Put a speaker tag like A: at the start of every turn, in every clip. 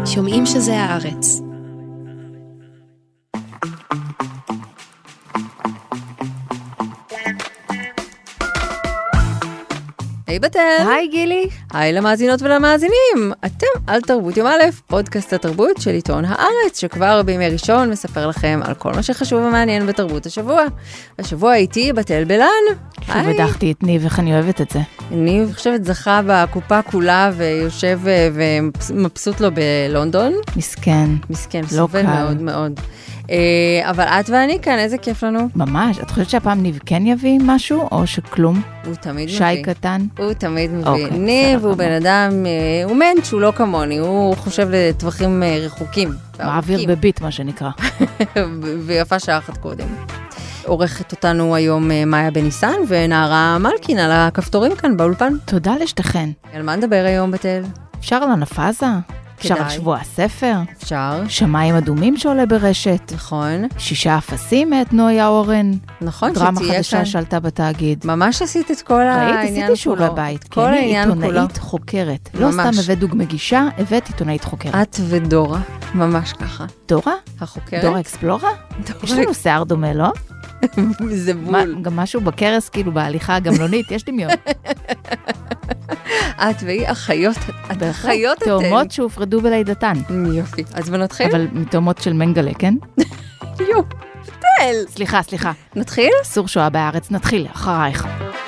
A: שומעים שזה הארץ. היי בתל.
B: היי גילי.
A: היי למאזינות ולמאזינים. אתם על תרבות יום א', פודקאסט התרבות של עיתון הארץ, שכבר בימי ראשון מספר לכם על כל מה שחשוב ומעניין בתרבות השבוע. השבוע איתי בתל בלן.
B: שוב הדחתי את ניב, איך אני אוהבת את זה.
A: ניב חושבת זכה בקופה כולה ויושב ומבסוט לו בלונדון.
B: מסכן.
A: מסכן,
B: לא
A: סובל
B: קל.
A: מאוד מאוד. אבל את ואני כאן, איזה כיף לנו.
B: ממש. את חושבת שהפעם ניב כן יביא משהו, או שכלום?
A: הוא תמיד מביא.
B: שי קטן?
A: הוא תמיד מביא.
B: אוקיי,
A: ניב
B: בסדר,
A: הוא בן אדם, הוא מנץ', הוא לא כמוני, הוא חושב לטווחים רחוקים.
B: מעביר בביט, מה שנקרא.
A: ויפה שעה אחת קודם. עורכת אותנו היום מאיה בניסן ונערה מלכין על הכפתורים כאן באולפן.
B: תודה לשתכן.
A: על מה נדבר היום בתל?
B: אפשר על הנפזה? אפשר על שבוע הספר?
A: אפשר.
B: שמיים אדומים שעולה ברשת?
A: נכון.
B: 6 אפסים מאת נויה אורן?
A: נכון,
B: דרמה
A: שתהיה
B: חדשה
A: כאן.
B: שעלתה בתאגיד.
A: ממש עשית את כל העניין כולו.
B: עשיתי שיעורי בית.
A: כל העניין כולו.
B: אני עיתונאית חוקרת. לא סתם הבאת דוג מגישה, הבאת עיתונאית חוקרת.
A: את ודורה, ממש ככה.
B: דורה?
A: החוקרת?
B: דורה אקספלורה? יש לנו שיער דומה, לא?
A: זה בול.
B: גם משהו בקרס, כאילו בהליכה הגמלונית, יש דמיון.
A: את והיא אחיות, את אחיות אתן.
B: תאומות שהופרדו בלידתן.
A: יופי, אז בוא נתחיל?
B: אבל מתאומות של מנגלה, כן?
A: יו, תל.
B: סליחה.
A: נתחיל?
B: אסור שואה בארץ, נתחיל, אחרייך.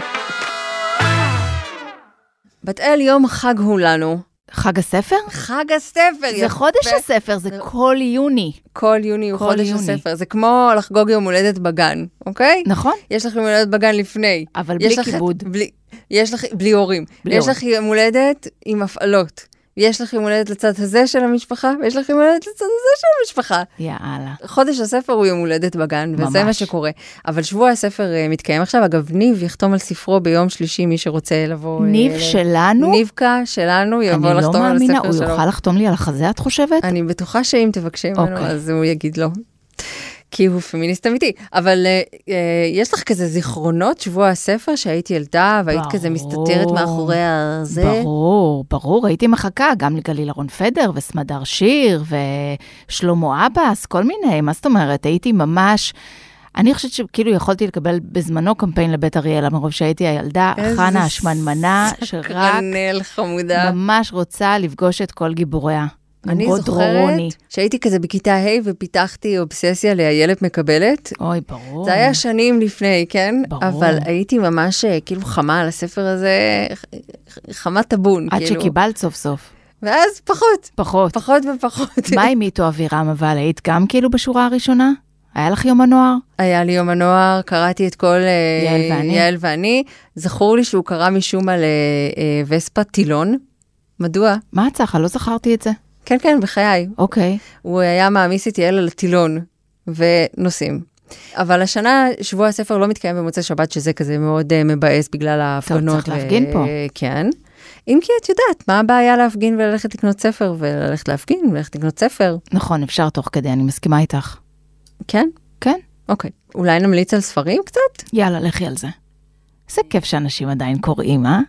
A: בתאל, יום חג הוא לנו.
B: חג הספר?
A: חג הספר.
B: זה חודש הספר, זה כל יוני.
A: כל יוני הוא חודש הספר. זה כמו לחגוג יום הולדת בגן, אוקיי?
B: נכון.
A: יש לך יום הולדת בגן לפני.
B: אבל בלי כיבוד.
A: יש לך, בלי הורים. יש לך יום הולדת עם הפעלות. יש לך יום הולדת לצד הזה של המשפחה, ויש לך יום הולדת לצד הזה של המשפחה.
B: יאללה.
A: חודש הספר הוא יום הולדת בגן, וזה מה שקורה. אבל שבוע הספר מתקיים עכשיו. אגב, ניב יחתום על ספרו ביום שלישי, מי שרוצה לבוא...
B: ניב שלנו?
A: ניבקה שלנו יבוא לחתום על הספר שלו.
B: אני לא מאמינה, הוא יוכל לחתום לי על החזה, את חושבת?
A: אני בטוחה שאם תבקשי ממנו, אז הוא יגיד לו. כי הוא פמיניסט אמיתי, אבל יש לך כזה זיכרונות שבוע הספר שהייתי ילדה, והיית כזה מסתתרת מאחורי הזה?
B: ברור, הייתי מחכה גם לגליל אהרון פדר, וסמדר שיר, ושלמה אבס, כל מיני, מה זאת אומרת, הייתי ממש, אני חושבת שכאילו יכולתי לקבל בזמנו קמפיין לבית אריאלה, מרוב שהייתי הילדה, חנה השמנמנה, שרק ממש רוצה לפגוש את כל גיבוריה.
A: אני זוכרת שהייתי כזה בכיתה ה' ופיתחתי אובססיה לאיילת מקבלת.
B: אוי, ברור.
A: זה היה שנים לפני, כן?
B: ברור.
A: אבל הייתי ממש כאילו חמה על הספר הזה, חמה טבון.
B: עד שקיבלת סוף סוף.
A: ואז פחות ופחות.
B: מה עם איתו אבירם, אבל היית גם כאילו בשורה הראשונה? היה לך יום הנוער?
A: היה לי יום הנוער, קראתי את כל יעל ואני. זכור לי שהוא קרא משום על וספה טילון. מדוע?
B: מה הצחה? לא זכרתי את זה.
A: כן, בחיי.
B: אוקיי.
A: הוא היה מעמיס איתי על הטילון ונוסעים. אבל השנה שבוע הספר לא מתקיים במוצאי שבת, שזה כזה מאוד מבאס בגלל ההפגנות.
B: צריך להפגין פה.
A: כן. אם כי את יודעת, מה הבעיה להפגין וללכת לקנות ספר, וללכת להפגין וללכת לקנות ספר?
B: נכון, אפשר תוך כדי, אני מסכימה איתך.
A: כן?
B: כן.
A: אוקיי. אולי נמליץ על ספרים קצת?
B: יאללה, לכי על זה. זה כיף שאנשים עדיין קוראים, אה?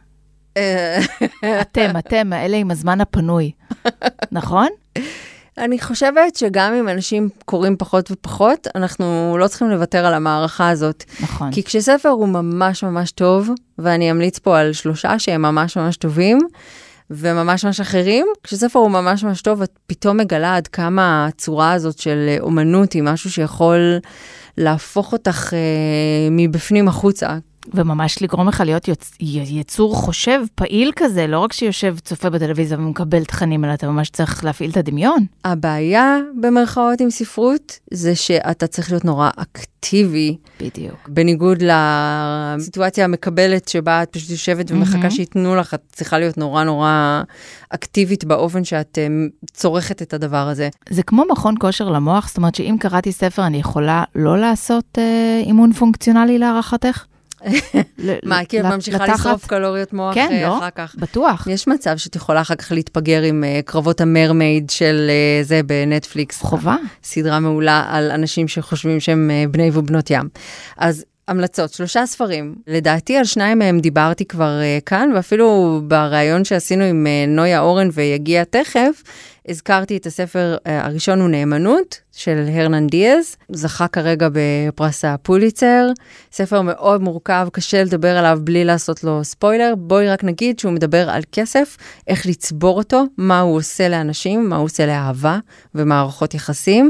B: אתם, אלה עם הזמן הפנוי. נכון?
A: אני חושבת שגם אם אנשים קוראים פחות ופחות, אנחנו לא צריכים לוותר על המערכה הזאת.
B: נכון.
A: כי כשספר הוא ממש ממש טוב, ואני אמליץ פה על 3 שהם ממש ממש טובים, וממש ממש אחרים, כשספר הוא ממש ממש טוב, את פתאום מגלה עד כמה הצורה הזאת של אומנות היא משהו שיכול להפוך אותך מבפנים החוצה.
B: וממש לגרום לך להיות יצור חושב, פעיל כזה, לא רק שיושב צופה בטלוויזיה ומקבל תכנים, אלא אתה ממש צריך להפעיל את הדמיון.
A: הבעיה במרכאות עם ספרות, זה שאתה צריך להיות נורא אקטיבי.
B: בדיוק.
A: בניגוד לסיטואציה המקבלת שבה את פשוט יושבת ומחכה שיתנו לך, את צריכה להיות נורא נורא אקטיבית באופן שאת צורכת את הדבר הזה.
B: זה כמו מכון כושר למוח, זאת אומרת שאם קראתי ספר, אני יכולה לא לעשות אימון פונקציונלי להערכתך?
A: מה, כי את ממשיכה לשרוף קלוריות מוח אחר כך?
B: בטוח.
A: יש מצב שאת יכולה אחר כך להתפגר עם קרבות המרמייד של זה בנטפליקס.
B: חובה.
A: סדרה מעולה על אנשים שחושבים שהם בני ובנות ים. אז המלצות, 3 ספרים. לדעתי על 2 מהם דיברתי כבר כאן, ואפילו בראיון שעשינו עם נויה אורן ויגיע תכף, הזכרתי את הספר הראשון הוא נאמנות, של הרנן דיאז, זכה כרגע בפרס הפוליצר, ספר מאוד מורכב, קשה לדבר עליו בלי לעשות לו ספוילר, בואי רק נגיד שהוא מדבר על כסף, איך לצבור אותו, מה הוא עושה לאנשים, מה הוא עושה לאהבה ומערכות יחסים,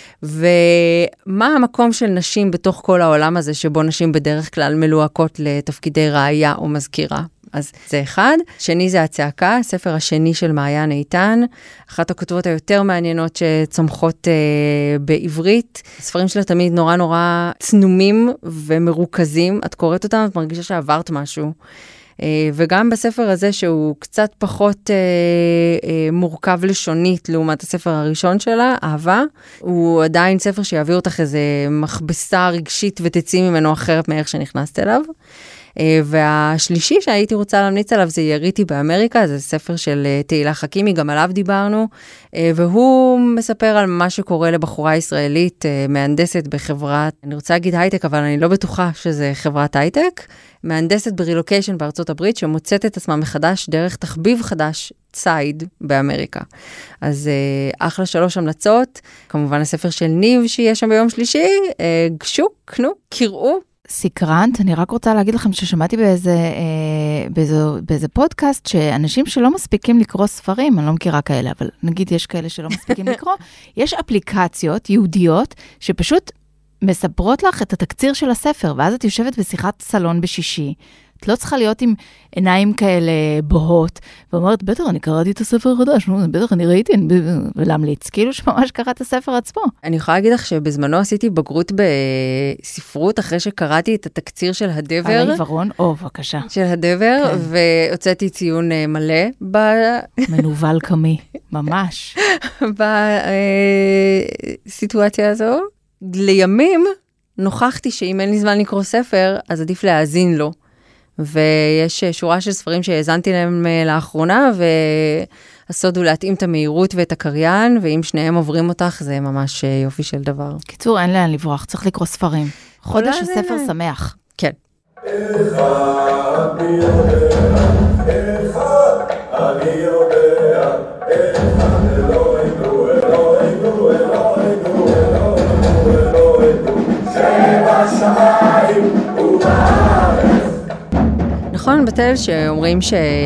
A: ומה המקום של נשים בתוך כל העולם הזה, שבו נשים בדרך כלל מלוהקות לתפקידי ראייה או מזכירה. אז זה אחד. שני זה הצעקה, הספר השני של מעיין איתן, אחת הכותבות היותר מעניינות שצומחות בעברית. הספרים שלה תמיד נורא נורא צנומים ומרוכזים. את קוראת אותם, את מרגישה שעברת משהו. וגם בספר הזה שהוא קצת פחות מורכב לשונית לעומת הספר הראשון שלה, אהבה, הוא עדיין ספר שיעביר אותך איזה מכבסה רגשית ותצאי ממנו אחרת מאיך שנכנסת אליו. והשלישי שהייתי רוצה להמליץ עליו זה יריתי באמריקה, זה ספר של תהילה חכימי, גם עליו דיברנו, והוא מספר על מה שקורה לבחורה ישראלית, מהנדסת בחברת, אני רוצה להגיד הייטק, אבל אני לא בטוחה שזה חברת הייטק, מהנדסת ברילוקיישן בארצות הברית, שמוצאת את עצמה מחדש דרך תחביב חדש, צייד באמריקה. אז אחלה 3 המלצות, כמובן הספר של ניב שיהיה שם ביום שלישי, גשו, קנו, קראו,
B: סקרנט, אני רק רוצה להגיד לכם ששמעתי באיזה פודקאסט, שאנשים שלא מספיקים לקרוא ספרים, אני לא מכירה כאלה, אבל נגיד יש כאלה שלא מספיקים לקרוא, יש אפליקציות יהודיות שפשוט מספרות לך את התקציר של הספר, ואז את יושבת בשיחת סלון בשישי, את לא צריכה להיות עם עיניים כאלה בוהות, ואומרת, בטח, אני קראתי את הספר החדש, בטח, אני ראיתי, ולהמליץ, כאילו שממש קראת את הספר עצמו.
A: אני יכולה להגיד לך שבזמנו עשיתי בגרות בספרות, אחרי שקראתי את התקציר של הדבר.
B: על העיוורון, בבקשה.
A: של הדבר, כן. והוצאתי ציון מלא.
B: מנובל כמי, ממש.
A: בסיטואציה הזו. לימים נוכחתי שאם אין לי זמן לקרוא ספר, אז עדיף להאזין לו. ויש שורה של ספרים שהאזנתי להם לאחרונה, והסוד הוא להתאים את המהירות ואת הקריין, ואם שניהם עוברים אותך, זה ממש יופי של דבר.
B: קיצור, אין לאן לברוח, צריך לקרוא ספרים. חודש הספר שמח.
A: כן.
C: אחד אני יודע, אחד אלוהינו, אלוהינו, אלוהינו, אלוהינו, שבשמיים ובארץ.
A: נכון, בתל שאומרים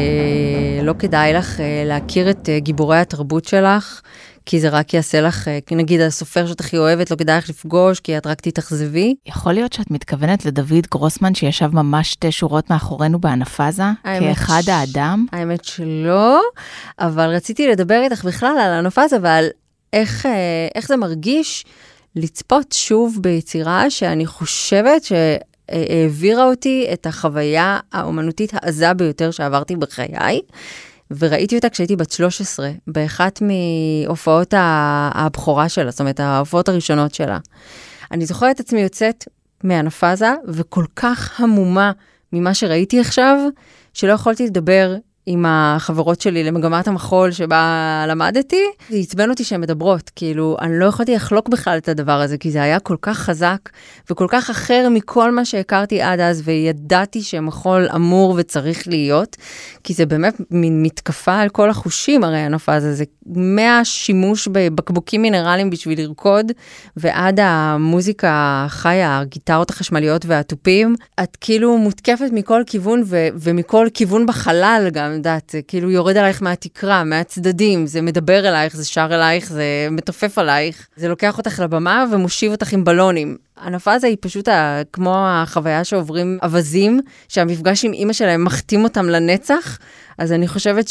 A: שלא כדאי לך להכיר את גיבורי התרבות שלך, כי זה רק יעשה לך, נגיד הסופר שאת הכי אוהבת, לא כדאי לך לפגוש, כי את רק תתאכזבי.
B: יכול להיות שאת מתכוונת לדוד גרוסמן, שישב ממש 2 שורות מאחורינו בענפזה, כאחד האדם?
A: האמת שלא, אבל רציתי לדבר איתך בכלל על הענפזה, ועל איך זה מרגיש לצפות שוב ביצירה, שאני חושבת העבירה אותי את החוויה האומנותית העזה ביותר שעברתי בחיי, וראיתי אותה כשהייתי בת 13, באחת מהופעות הבכורה שלה, זאת אומרת, ההופעות הראשונות שלה. אני זוכרת את עצמי יוצאת מהנפזה, וכל כך המומה ממה שראיתי עכשיו, שלא יכולתי לדבר עם החברות שלי למגמת המחול שבה למדתי, זה עצבן אותי שהן מדברות, כאילו, אני לא יכולתי לחלוק בכלל את הדבר הזה, כי זה היה כל כך חזק, וכל כך אחר מכל מה שהכרתי עד אז, וידעתי שמחול אמור וצריך להיות, כי זה באמת מין מתקפה על כל החושים, הרי הנופע הזה, זה מהשימוש בבקבוקים מינרליים בשביל לרקוד, ועד המוזיקה חיה, הגיטרות החשמליות והטופים, את כאילו מותקפת מכל כיוון, ומכל כיוון בחלל גם, יודעת, כאילו יורד עלייך מהתקרה, מהצדדים, זה מדבר אלייך, זה שר אלייך, זה מתופף עלייך, זה לוקח אותך לבמה ומושיב אותך עם בלונים. הנפזה היא פשוט כמו החוויה שעוברים אבזים, שהמפגש עם אמא שלהם מחתים אותם לנצח, אז אני חושבת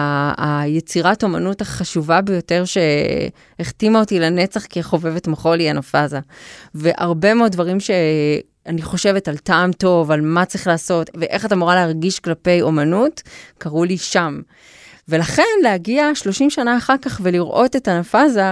A: שהיצירת אומנות החשובה ביותר שהחתימה אותי לנצח כחובבת מחול היא הנפזה. והרבה מאוד דברים אני חושבת על טעם טוב, על מה צריך לעשות, ואיך את אמורה להרגיש כלפי אומנות, קראו לי שם. ולכן להגיע 30 שנה אחר כך ולראות את הנפזה,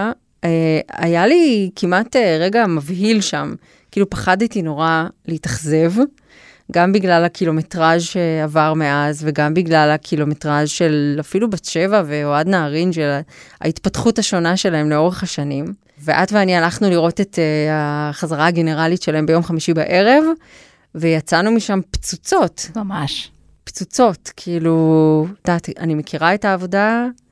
A: היה לי כמעט רגע מבהיל שם. כאילו פחדתי נורא להתאכזב, גם בגלל הקילומטראז' שעבר מאז, וגם בגלל הקילומטראז' של אפילו בת 7 ואוהד נהרין, של ההתפתחות השונה שלהם לאורך השנים. ואת ואני הלכנו לראות את החזרה הגנרלית שלהם ביום חמישי בערב, ויצאנו משם פצוצות.
B: ממש.
A: פצוצות, כאילו, אני מכירה את העבודה,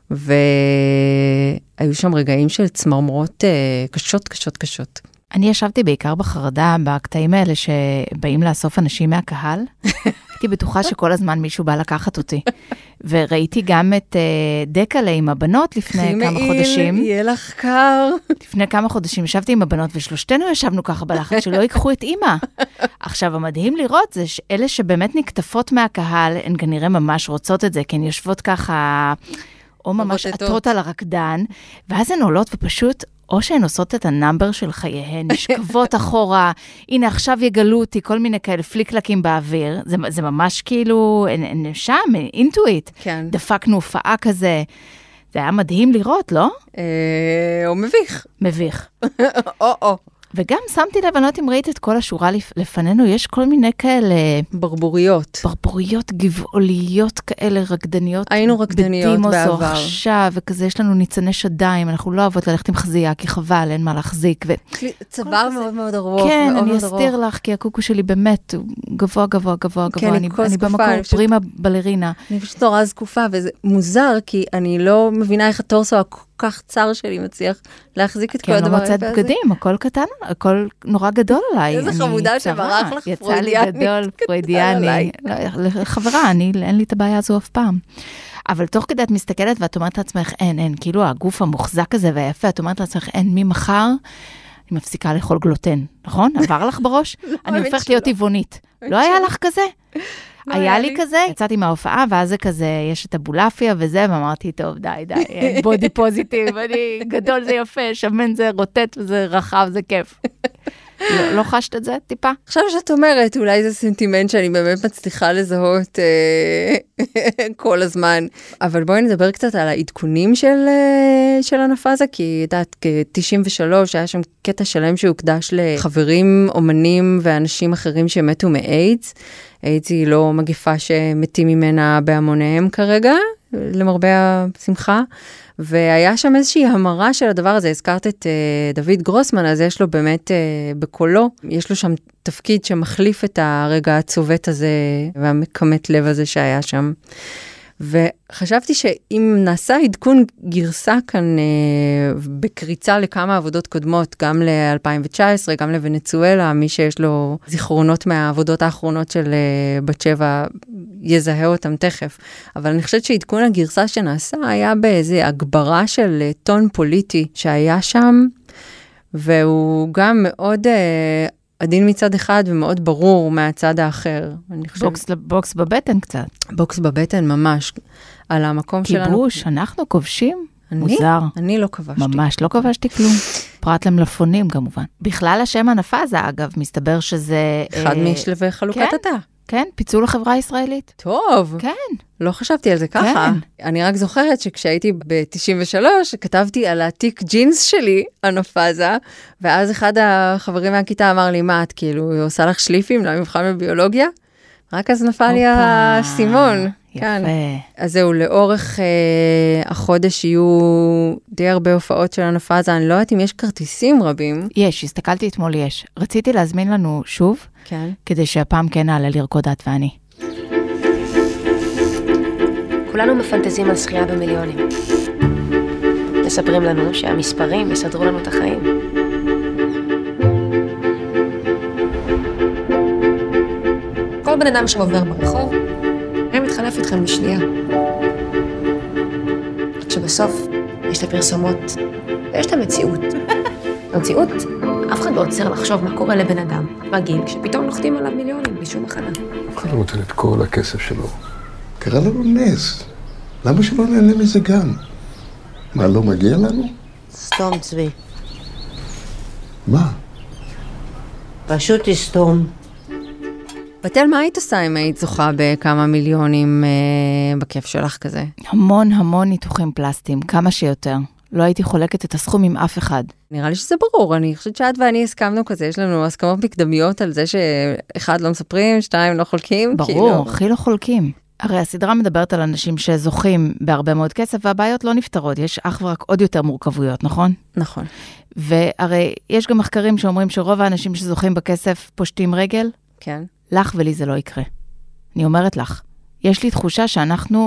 A: והיו שם רגעים של צמרמורות קשות, קשות, קשות.
B: אני ישבתי בעיקר בחרדה בקטעים האלה שבאים לאסוף אנשים מהקהל. הייתי בטוחה שכל הזמן מישהו בא לקחת אותי. וראיתי גם את דקלה עם הבנות לפני כמה חודשים.
A: יהיה לך קר.
B: לפני כמה חודשים ישבתי עם הבנות, ושלושתנו ישבנו ככה בלחץ שלא ייקחו את אמא. עכשיו, המדהים לראות זה שאלה שבאמת נקטפות מהקהל, הן כנראה ממש רוצות את זה, כי הן יושבות ככה, או ממש עטות על הרקדן, ואז הן עולות ופשוט, או שהן עושות את הנאמבר של חייהן, נשכבות אחורה, הנה עכשיו יגלו אותי, כל מיני כאלה פליקלקים באוויר, זה ממש כאילו, שם, אינטואיט,
A: כן.
B: דפקנו הופעה כזה, זה היה מדהים לראות, לא?
A: או מביך.
B: מביך.
A: או.
B: וגם שמתי לב, אני לא יודעת אם ראית את כל השורה לפנינו, יש כל מיני כאלה...
A: ברבוריות.
B: ברבוריות גבעוליות כאלה, רקדניות.
A: היינו רקדניות בעבר.
B: בדימוס או עכשיו, וכזה יש לנו ניצני שדיים, אנחנו לא אוהבות ללכת עם חזייה, כי חבל, אין מה להחזיק.
A: צוואר מאוד מאוד ארוך.
B: כן, אני אסתיר לך, כי הקוקו שלי באמת גבוה, גבוה, גבוה, גבוה. אני במקום פרימה בלרינה.
A: אני פשוט נורא זקופה, וזה מוזר, כי אני לא מבינה איך הטורסו כך צר שלי מצליח להחזיק את כל הדבר הזה.
B: כן, לא מצאת בגדים, הכל קטן, הכל נורא גדול עליי.
A: איזה חמודה שברח לך
B: יצא לי גדול, פרוידיאני. חברה, אין לי את הבעיה הזו אף פעם. אבל תוך כדי את מסתכלת ואת אומרת לעצמך, אין, כאילו הגוף המוחזק הזה והיפה, את אומרת לעצמך, אין, ממחר אני מפסיקה לאכול גלוטן, נכון? עבר לך בראש? אני הופכת להיות טבעונית. לא היה לך כזה? היה לי כזה, יצאתי מההופעה, ואז זה כזה, יש את הבולאפיה וזה, ואמרתי, טוב, די, בודי פוזיטיב, אני גדול זה יפה, שמן זה רוטט וזה רחב, זה כיף. לא חשת את זה טיפה?
A: עכשיו שאת אומרת, אולי זה סנטימנט שאני באמת מצליחה לזהות כל הזמן, אבל בואי נדבר קצת על העדכונים של הנפאזה, כי יודעת, כ-93 היה שם קטע שלם שהוקדש לחברים, אומנים ואנשים אחרים שמתו מאיידס. איידס היא לא מגפה שמתים ממנה בהמוניהם כרגע, למרבה השמחה, והיה שם איזושהי המרה של הדבר הזה, הזכרת את דוד גרוסמן, אז יש לו באמת בקולו, יש לו שם תפקיד שמחליף את הרגע הצובט הזה, והמקמת לב הזה שהיה שם. וחשבתי שאם נעשה עדכון גרסה כאן בקריצה לכמה עבודות קודמות, גם ל-2019, גם לוונצואלה, מי שיש לו זיכרונות מהעבודות האחרונות של בת שבע, יזהה אותם תכף. אבל אני חושבת שעדכון הגרסה שנעשה היה באיזו הגברה של טון פוליטי שהיה שם, והוא גם מאוד עדין מצד אחד ומאוד ברור מהצד האחר.
B: בוקס בבטן קצת.
A: בוקס בבטן ממש, על המקום שלנו.
B: כיבוש, אנחנו כובשים? מוזר.
A: אני לא כבשתי.
B: ממש לא כבשתי כלום. פרט למלפונים כמובן. בכלל השם הנפאזה, אגב, מסתבר שזה...
A: אחד משלבי חלוקת התא.
B: כן, פיצול החברה הישראלית.
A: טוב.
B: כן.
A: לא חשבתי על זה ככה. כן. אני רק זוכרת שכשהייתי ב-93, כתבתי על התיק ג'ינס שלי, הנפאזה, ואז אחד החברים מהכיתה אמר לי, מה את כאילו, עושה לך שליפים למבחן בביולוגיה? רק אז נפל לי הסימון.
B: יפה.
A: כן. אז זהו, לאורך החודש יהיו די הרבה הופעות של הנפאזה, אני לא יודעת אם יש כרטיסים רבים.
B: יש, הסתכלתי אתמול, יש. רציתי להזמין לנו שוב,
A: כן.
B: כדי שהפעם כן נעלה לרקוד את ואני.
D: כולנו מפנטזים על זכייה במיליונים. מספרים לנו שהמספרים יסדרו לנו את החיים. כל בן אדם שעובר ברחוב, הם מתחלף איתכם בשנייה. שבסוף יש את הפרסומות ויש את המציאות. במציאות, אף אחד לא עוצר לחשוב מה קורה לבן אדם רגיל, כשפתאום נוחתים עליו מיליונים בלי שום מחנה.
E: אף אחד לא נותן את כל הכסף שלו. קרה לנו נס. למה שלא נהנה מזה גם? מה, לא מגיע לנו?
F: סתום, צבי.
E: מה?
F: פשוט תסתום.
A: בתל, מה היית עושה אם היית זוכה בכמה מיליונים בכיף שלך כזה?
B: המון ניתוחים פלסטיים, כמה שיותר. לא הייתי חולקת את הסכום עם אף אחד.
A: נראה לי שזה ברור, אני חושבת שאת ואני הסכמנו כזה, יש לנו הסכמות מקדמיות על זה שאחד לא מספרים, שתיים לא חולקים.
B: ברור, הכי לא חולקים. הרי הסדרה מדברת על אנשים שזוכים בהרבה מאוד כסף, והבעיות לא נפתרות, יש אך ורק עוד יותר מורכבויות, נכון?
A: נכון.
B: והרי יש גם מחקרים שאומרים שרוב האנשים שזוכים בכסף פושטים רגל.
A: כן.
B: לך ולי זה לא יקרה. אני אומרת לך, יש לי תחושה שאנחנו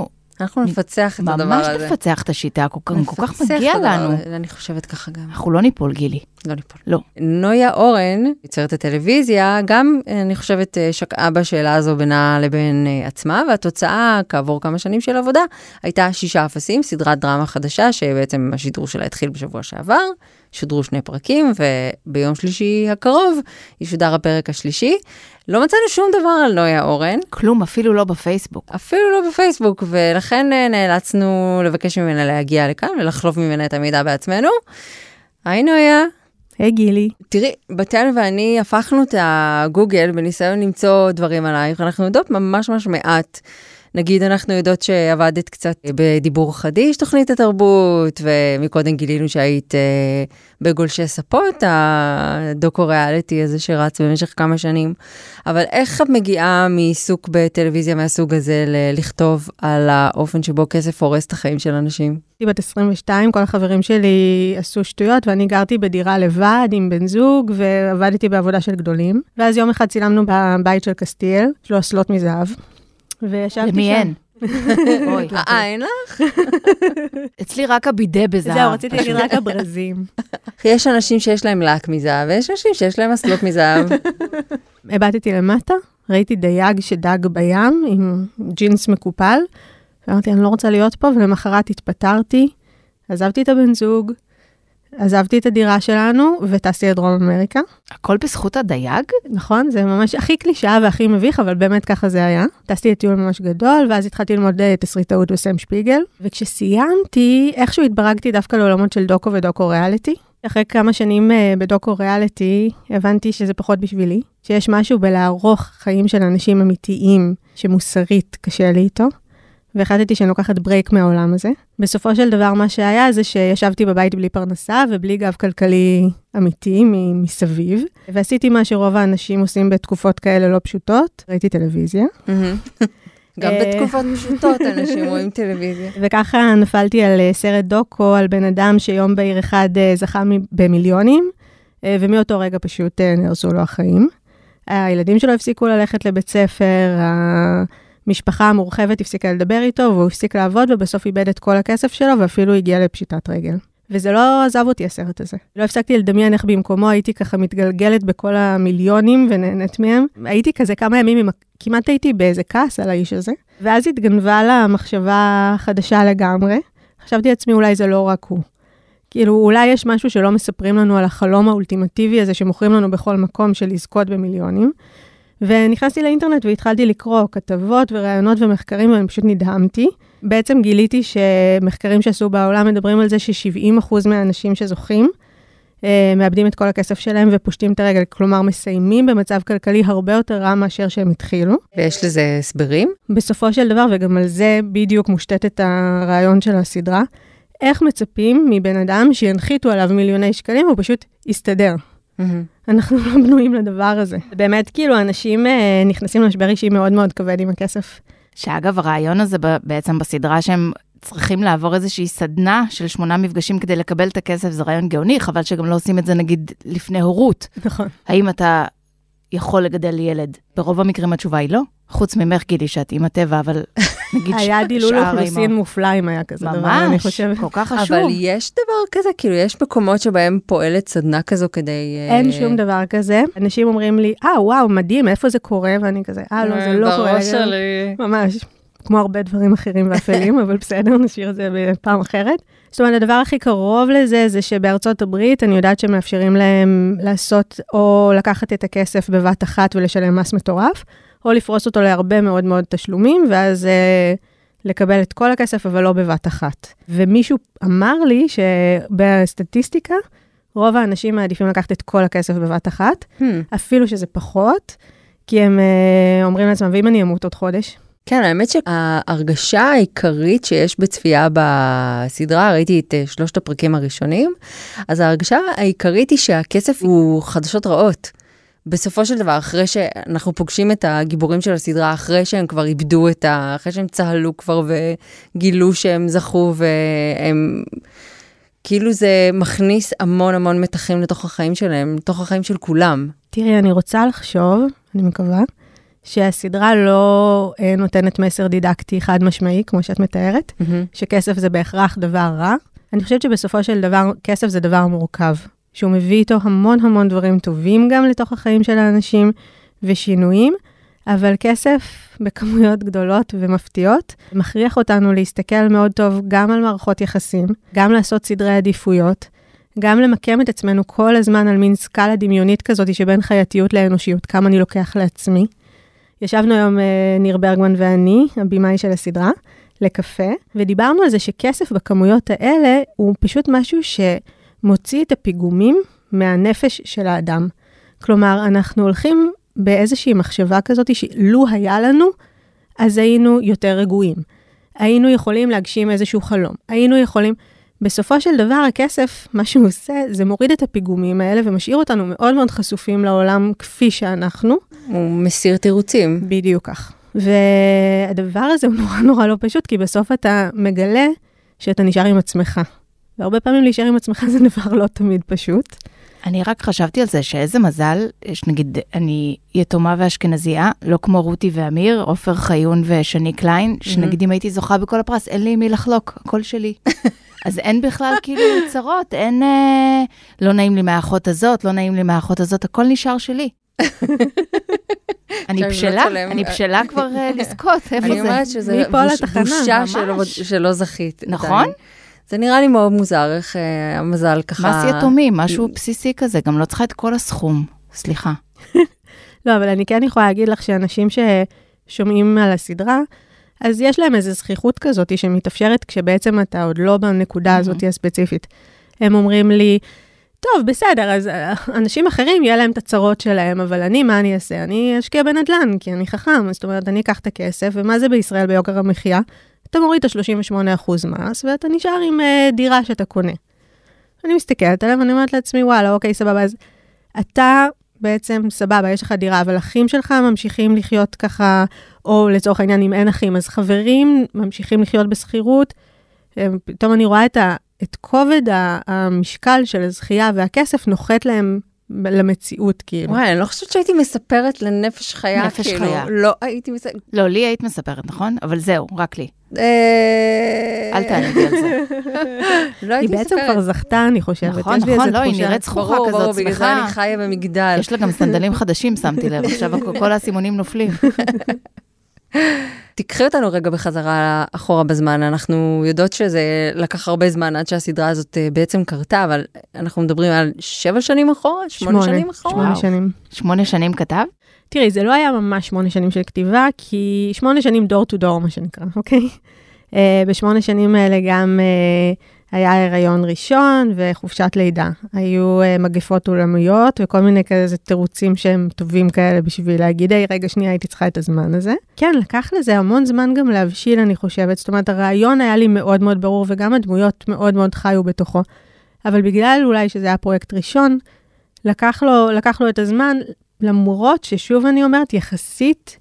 A: אנחנו נפצח את הדבר הזה.
B: ממש נפצח את השיטה, כל כך מגיע לנו.
A: אני חושבת ככה גם.
B: אנחנו לא ניפול, גילי.
A: לא ניפול.
B: לא.
A: נויה אורן, יוצרת הטלוויזיה, גם אני חושבת שקעה בשאלה הזו בינה לבין עצמה, והתוצאה, כעבור כמה שנים של עבודה, הייתה 6 אפסים, סדרת דרמה חדשה, שבעצם השידור שלה התחיל בשבוע שעבר, שודרו 2 פרקים, וביום שלישי הקרוב ישודר הפרק השלישי. לא מצאנו שום דבר על נויה אורן.
B: כלום, אפילו לא בפייסבוק.
A: אפילו לא בפייסבוק, ולכן נאלצנו לבקש ממנה להגיע לכאן, ולחלוף ממנה את המידע בעצמנו. היי נויה.
G: היי גילי.
A: תראי, בתל ואני הפכנו את הגוגל בניסיון למצוא דברים עלייך, אנחנו יודעות ממש מעט. נגיד, אנחנו יודעות שעבדת קצת בדיבור חדיש, תוכנית התרבות, ומקודם גילינו שהיית בגולשי ספות, הדוקו-ריאליטי הזה שרץ במשך כמה שנים. אבל איך את מגיעה מעיסוק בטלוויזיה מהסוג הזה לכתוב על האופן שבו כסף הורס את החיים של אנשים?
G: הייתי בת 22, כל החברים שלי עשו שטויות, ואני גרתי בדירה לבד עם בן זוג, ועבדתי בעבודה של גדולים. ואז יום אחד צילמנו בבית של קסטיאל, יש לו אסלות מזהב.
B: למי אין?
A: אין לך?
B: אצלי רק הבידה בזהב.
G: זהו, רציתי להגיד רק הברזים.
A: יש אנשים שיש להם לק מזהב, ויש אנשים שיש להם אסלות מזהב.
G: הבטתי למטה, ראיתי דייג שדג בים עם ג'ינס מקופל, ואמרתי, אני לא רוצה להיות פה, ולמחרת התפטרתי, עזבתי את הבן זוג, עזבתי את הדירה שלנו, וטסתי לדרום אמריקה.
B: הכל בזכות הדייג?
G: נכון, זה ממש הכי קלישאה והכי מביך, אבל באמת ככה זה היה. טסתי לטיול ממש גדול, ואז התחלתי ללמוד תסריטאות בסם שפיגל, וכשסיימתי, איכשהו התברגתי דווקא לעולמות של דוקו ודוקו ריאליטי. אחרי כמה שנים בדוקו ריאליטי, הבנתי שזה פחות בשבילי, שיש משהו בלערוך חיים של אנשים אמיתיים, שמוסרית קשה לי איתו. והחלטתי שאני לוקחת ברייק מהעולם הזה. בסופו של דבר מה שהיה זה שישבתי בבית בלי פרנסה ובלי גב כלכלי אמיתי מסביב. ועשיתי מה שרוב האנשים עושים בתקופות כאלה לא פשוטות. ראיתי טלוויזיה.
A: גם בתקופות פשוטות אנשים רואים טלוויזיה.
G: וככה נפלתי על סרט דוקו, על בן אדם שיום בהיר אחד זכה במיליונים, ומאותו רגע פשוט נהרסו לו החיים. הילדים שלו הפסיקו ללכת לבית ספר, המשפחה המורחבת הפסיקה לדבר איתו, והוא הפסיק לעבוד, ובסוף איבד את כל הכסף שלו, ואפילו הגיע לפשיטת רגל. וזה לא עזב אותי הסרט הזה. לא הפסקתי לדמיין איך במקומו, הייתי ככה מתגלגלת בכל המיליונים ונהנית מהם. הייתי כזה כמה ימים, כמעט הייתי באיזה כעס על האיש הזה. ואז התגנבה לה מחשבה חדשה לגמרי. חשבתי לעצמי, אולי זה לא רק הוא. כאילו, אולי יש משהו שלא מספרים לנו על החלום האולטימטיבי הזה, שמוכרים לנו בכל מקום של לזכות במיליונים. ונכנסתי לאינטרנט והתחלתי לקרוא כתבות ורעיונות ומחקרים, ואני פשוט נדהמתי. בעצם גיליתי שמחקרים שעשו בעולם מדברים על זה ש70% מהאנשים שזוכים, מאבדים את כל הכסף שלהם ופושטים את הרגל, כלומר מסיימים במצב כלכלי הרבה יותר רע מאשר שהם התחילו.
A: ויש לזה הסברים?
G: בסופו של דבר, וגם על זה בדיוק מושתת את הרעיון של הסדרה, איך מצפים מבן אדם שינחיתו עליו מיליוני שקלים, הוא פשוט יסתדר. אנחנו לא בנויים לדבר הזה. באמת, כאילו, אנשים נכנסים למשבר אישי מאוד מאוד כבד עם הכסף.
B: שאגב, הרעיון הזה בעצם בסדרה שהם צריכים לעבור איזושהי סדנה של 8 מפגשים כדי לקבל את הכסף, זה רעיון גאוני, חבל שגם לא עושים את זה נגיד לפני הורות.
G: נכון.
B: האם אתה יכול לגדל ילד? ברוב המקרים התשובה היא לא. חוץ ממך גילי שאת עם הטבע, אבל נגיד
G: היה דילול אוכלוסין מופלא אם היה כזה דבר, אני חושבת.
B: כל כך חשוב.
A: אבל יש דבר כזה, כאילו יש מקומות שבהם פועלת סדנה כזו כדי...
G: אין שום דבר כזה. אנשים אומרים לי, וואו, מדהים, איפה זה קורה? ואני כזה, לא, זה לא קורה.
A: בראש שלי.
G: ממש, כמו הרבה דברים אחרים ואפלים, אבל בסדר, נשאיר את זה בפעם אחרת. זאת אומרת, הדבר הכי קרוב לזה, זה שבארצות הברית, אני יודעת שמאפשרים להם לעשות, או לקחת את הכסף בבת אחת ולשלם מס מטורף, או לפרוס אותו להרבה מאוד מאוד תשלומים, ואז לקבל את כל הכסף, אבל לא בבת אחת. ומישהו אמר לי שבסטטיסטיקה, רוב האנשים מעדיפים לקחת את כל הכסף בבת אחת, אפילו שזה פחות, כי הם אומרים לעצמם, ואם אני אמות עוד חודש?
A: כן, האמת שההרגשה העיקרית שיש בצפייה בסדרה, ראיתי את 3 הפרקים הראשונים, אז ההרגשה העיקרית היא שהכסף הוא חדשות רעות. בסופו של דבר, אחרי שאנחנו פוגשים את הגיבורים של הסדרה, אחרי שהם כבר איבדו אחרי שהם צהלו כבר וגילו שהם זכו, והם, כאילו זה מכניס המון המון מתחים לתוך החיים שלהם, לתוך החיים של כולם.
G: תראי, אני רוצה לחשוב, אני מקווה, שהסדרה לא נותנת מסר דידקטי חד משמעי, כמו שאת מתארת, שכסף זה בהכרח דבר רע. אני חושבת שבסופו של דבר, כסף זה דבר מורכב, שהוא מביא איתו המון המון דברים טובים גם לתוך החיים של האנשים ושינויים, אבל כסף בכמויות גדולות ומפתיעות, מכריח אותנו להסתכל מאוד טוב גם על מערכות יחסים, גם לעשות סדרי עדיפויות, גם למקם את עצמנו כל הזמן על מין סקאלה דמיונית כזאת שבין חייתיות לאנושיות, כמה אני לוקח לעצמי. ישבנו היום ניר ברגמן ואני, הבימאי של הסדרה, לקפה, ודיברנו על זה שכסף בכמויות האלה הוא פשוט משהו שמוציא את הפיגומים מהנפש של האדם. כלומר, אנחנו הולכים באיזושהי מחשבה כזאת שלו היה לנו, אז היינו יותר רגועים. היינו יכולים להגשים איזשהו חלום. היינו יכולים... בסופו של דבר, הכסף, מה שהוא עושה, זה מוריד את הפיגומים האלה ומשאיר אותנו מאוד מאוד חשופים לעולם כפי שאנחנו.
A: הוא מסיר תירוצים.
G: בדיוק כך. והדבר הזה הוא נורא נורא לא פשוט, כי בסוף אתה מגלה שאתה נשאר עם עצמך. והרבה פעמים להישאר עם עצמך זה דבר לא תמיד פשוט.
B: אני רק חשבתי על זה שאיזה מזל, שנגיד אני יתומה ואשכנזייה, לא כמו רותי ואמיר, עופר חיון ושני קליין, שנגיד אם הייתי זוכה בכל הפרס, אין לי מי לחלוק, הכל שלי. אז אין בכלל כאילו צרות, אין, לא נעים לי מהאחות הזאת, לא נעים לי מהאחות הזאת, הכל נשאר שלי. אני בשלה כבר לזכות, איפה זה?
A: אני אומרת שזה בושה שלא זכית.
B: נכון?
A: זה נראה לי מאוד מוזר, איך המזל ככה...
B: מס יתומים, משהו בסיסי כזה, גם לא צריכה את כל הסכום, סליחה.
G: לא, אבל אני כן יכולה להגיד לך שאנשים ששומעים על הסדרה, אז יש להם איזו זכיחות כזאת שמתאפשרת כשבעצם אתה עוד לא בנקודה הזאת הספציפית. הם אומרים לי, טוב, בסדר, אז אנשים אחרים יהיה להם את הצרות שלהם, אבל אני, מה אני אעשה? אני אשקיע בנדל"ן, כי אני חכם, זאת אומרת, אני אקח את הכסף, ומה זה בישראל ביוקר המחיה? אתה מוריד את ה-38% מס, ואתה נשאר עם דירה שאתה קונה. אני מסתכלת עליו, ואני אומרת לעצמי, וואלה, אוקיי, סבבה, אז אתה בעצם סבבה, יש לך דירה, אבל אחים שלך ממשיכים לחיות ככה, או לצורך העניין, אם אין אחים, אז חברים ממשיכים לחיות בסחירות. פתאום אני רואה את כובד המשקל של הזכייה והכסף נוחת להם למציאות, כאילו.
A: וואי, אני לא חושבת שהייתי מספרת לנפש חיה,
B: נפש
A: כאילו.
B: חיה.
A: לא הייתי מספרת.
B: לא, לי היית מספרת, נכון? אבל זהו, רק לי. אל תענדי על זה.
G: היא בעצם כבר זכתה, אני חושבת.
B: נכון, נכון, לא, היא נראית זכוכה כזאת,
A: ברור, בגלל זה אני חיה במגדל.
B: יש לה גם סנדלים חדשים, שמתי לב, עכשיו כל הסימונים נופלים.
A: תקחי אותנו רגע בחזרה אחורה בזמן, אנחנו יודעות שזה לקח הרבה זמן עד שהסדרה הזאת בעצם קרתה, אבל אנחנו מדברים על 7 שנים אחורה? 8 שנים אחורה?
G: 8 שנים.
B: 8 שנים כתב?
G: תראי, זה לא היה ממש 8 שנים של כתיבה, כי 8 שנים דור טו דור, מה שנקרא, אוקיי? ב8 שנים האלה גם היה הריון ראשון וחופשת לידה. היו מגפות עולמיות וכל מיני כאלה תירוצים שהם טובים כאלה בשביל להגיד, רגע שנייה, הייתי צריכה את הזמן הזה. כן, לקח לזה המון זמן גם להבשיל, אני חושבת. זאת אומרת, הרעיון היה לי מאוד מאוד ברור, וגם הדמויות מאוד מאוד חיו בתוכו. אבל בגלל אולי שזה היה פרויקט ראשון, לקח לו את הזמן, למרות ששוב אני אומרת, יחסית,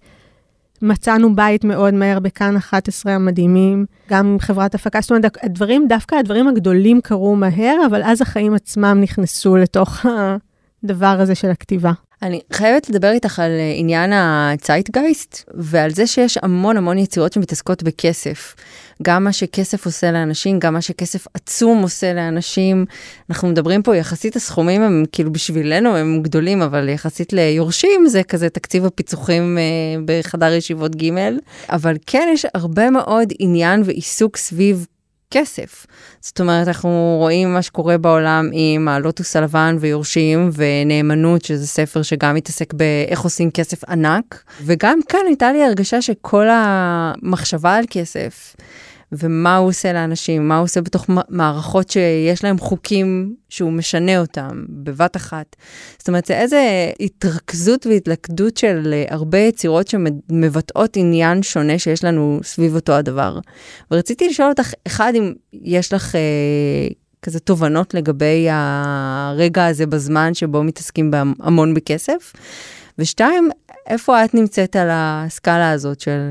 G: מצאנו בית מאוד מהר בכאן 11 המדהימים, גם חברת הפקה, זאת אומרת, דווקא הדברים הגדולים קרו מהר, אבל אז החיים עצמם נכנסו לתוך הדבר הזה של הכתיבה.
A: אני חייבת לדבר איתך על עניין הצייטגייסט, ועל זה שיש המון המון יצירות שמתעסקות בכסף. גם מה שכסף עושה לאנשים, גם מה שכסף עצום עושה לאנשים. אנחנו מדברים פה, יחסית הסכומים הם כאילו בשבילנו, הם גדולים, אבל יחסית ליורשים, זה כזה תקציב הפיצוחים בחדר ישיבות ג', אבל כן יש הרבה מאוד עניין ועיסוק סביב כסף. זאת אומרת, אנחנו רואים מה שקורה בעולם עם הלוטוס הלבן ויורשים ונאמנות, שזה ספר שגם מתעסק באיך עושים כסף ענק, וגם כאן הייתה לי הרגשה שכל המחשבה על כסף, ומה הוא עושה לאנשים, מה הוא עושה בתוך מערכות שיש להם חוקים שהוא משנה אותם בבת אחת. זאת אומרת, זה איזו התרכזות והתלכדות של הרבה יצירות שמבטאות עניין שונה שיש לנו סביב אותו הדבר. ורציתי לשאול אותך, אחד, אם יש לך כזה תובנות לגבי הרגע הזה בזמן שבו מתעסקים המון בכסף, ושתיים, איפה את נמצאת על הסקאלה הזאת של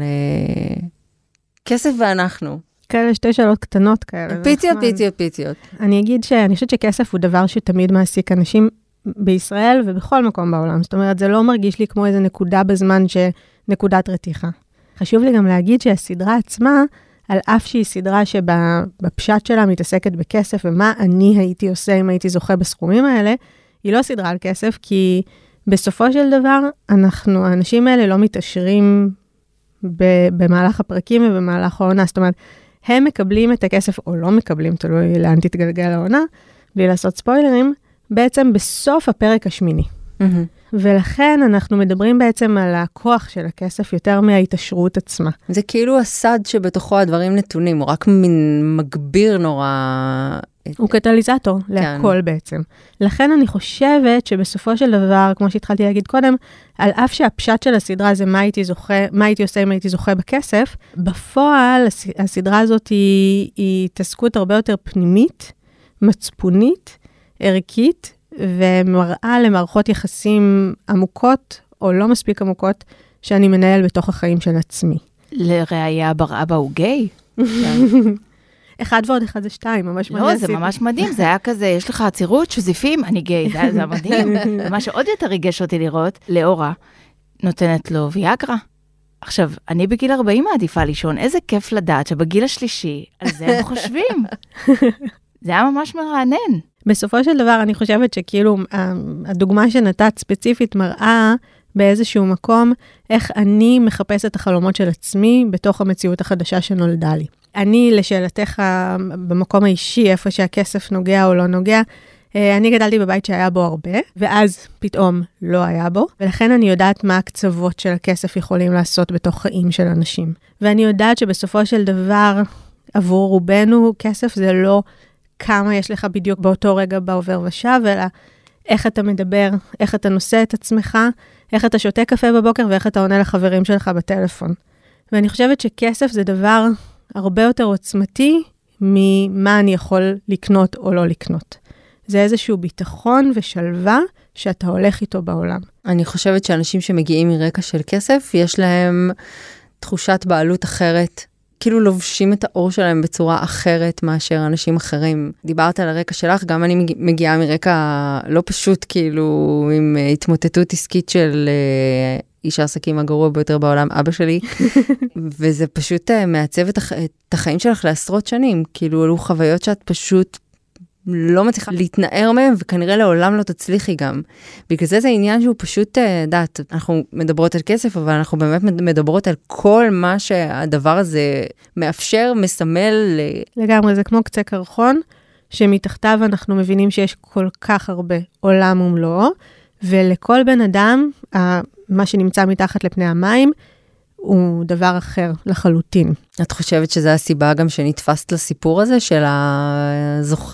A: כסף ואנחנו?
G: כאלה 2 שאלות קטנות כאלה.
A: פיציות.
G: אני אגיד שאני חושבת שכסף הוא דבר שתמיד מעסיק אנשים בישראל ובכל מקום בעולם. זאת אומרת, זה לא מרגיש לי כמו איזו נקודה בזמן נקודת רתיחה. חשוב לי גם להגיד שהסדרה עצמה, על אף שהיא סדרה שבפשט שלה מתעסקת בכסף, ומה אני הייתי עושה אם הייתי זוכה בסכומים האלה, היא לא סדרה על כסף, כי בסופו של דבר, האנשים האלה לא מתעשרים במהלך הפרקים ובמהלך העונה. זאת אומרת, הם מקבלים את הכסף, או לא מקבלים, תלוי לאן תתגלגל העונה, בלי לעשות ספוילרים, בעצם בסוף הפרק השמיני. ולכן אנחנו מדברים בעצם על הכוח של הכסף יותר מההתעשרות עצמה.
A: זה כאילו הסד שבתוכו הדברים נתונים, הוא רק מגביר נורא...
G: הוא קטליזטור להכל בעצם. לכן אני חושבת שבסופו של דבר, כמו שהתחלתי להגיד קודם, על אף שהפשט של הסדרה זה מה הייתי עושה אם הייתי זוכה בכסף, בפועל הסדרה הזאת היא התעסקות הרבה יותר פנימית, מצפונית, ערכית, ומראה למערכות יחסים עמוקות, או לא מספיק עמוקות, שאני מנהל בתוך החיים של עצמי.
B: לראיה בר אבא הוא גיי?
G: 1 ועוד 1 זה 2, ממש מדהים.
B: לא, זה ממש מדהים, זה היה כזה, יש לך עצירות, שזיפים, אני גיי, זה מדהים. ומה שעוד יותר ריגש אותי לראות, לאורה נותנת לו ויאגרה. עכשיו, אני בגיל 40 מעדיפה לישון, איזה כיף לדעת שבגיל השלישי, על זה הם חושבים. זה היה ממש מרענן.
G: בסופו של דבר, אני חושבת שכאילו, הדוגמה שנתת ספציפית מראה באיזשהו מקום, איך אני מחפשת את החלומות של עצמי בתוך המציאות החדשה שנולדה לי. אני, לשאלתך, במקום האישי, איפה שהכסף נוגע או לא נוגע, אני גדלתי בבית שהיה בו הרבה, ואז פתאום לא היה בו, ולכן אני יודעת מה הקצוות של הכסף יכולים לעשות בתוך חיים של אנשים. ואני יודעת שבסופו של דבר, עבור רובנו, כסף זה לא כמה יש לך בדיוק באותו רגע בעובר ושב, אלא איך אתה מדבר, איך אתה נושא את עצמך, איך אתה שותה קפה בבוקר, ואיך אתה עונה לחברים שלך בטלפון. ואני חושבת שכסף זה דבר הרבה יותר עוצמתי, ממה אני יכול לקנות או לא לקנות. זה איזשהו ביטחון ושלווה, שאתה הולך איתו בעולם.
A: אני חושבת שאנשים שמגיעים מרקע של כסף, יש להם תחושת בעלות אחרת, כאילו לובשים את האור שלהם בצורה אחרת מאשר אנשים אחרים. דיברת על הרקע שלך, גם אני מגיעה מרקע לא פשוט, כאילו עם התמוטטות עסקית של איש העסקים הגרוע ביותר בעולם, אבא שלי, וזה פשוט מעצב את החיים שלך לעשרות שנים, כאילו אלו חוויות שאת פשוט לא מצליחה להתנער מהם, וכנראה לעולם לא תצליחי גם. בגלל זה עניין שהוא פשוט, דעת, אנחנו מדברות על כסף, אבל אנחנו באמת מדברות על כל מה שהדבר הזה מאפשר, מסמל.
G: לגמרי, זה כמו קצה קרחון, שמתחתיו אנחנו מבינים שיש כל כך הרבה עולם ומלואו, ולכל בן אדם, מה שנמצא מתחת לפני המים, הוא דבר אחר לחלוטין.
A: את חושבת שזו הסיבה גם שנתפסת לסיפור הזה של הזוכה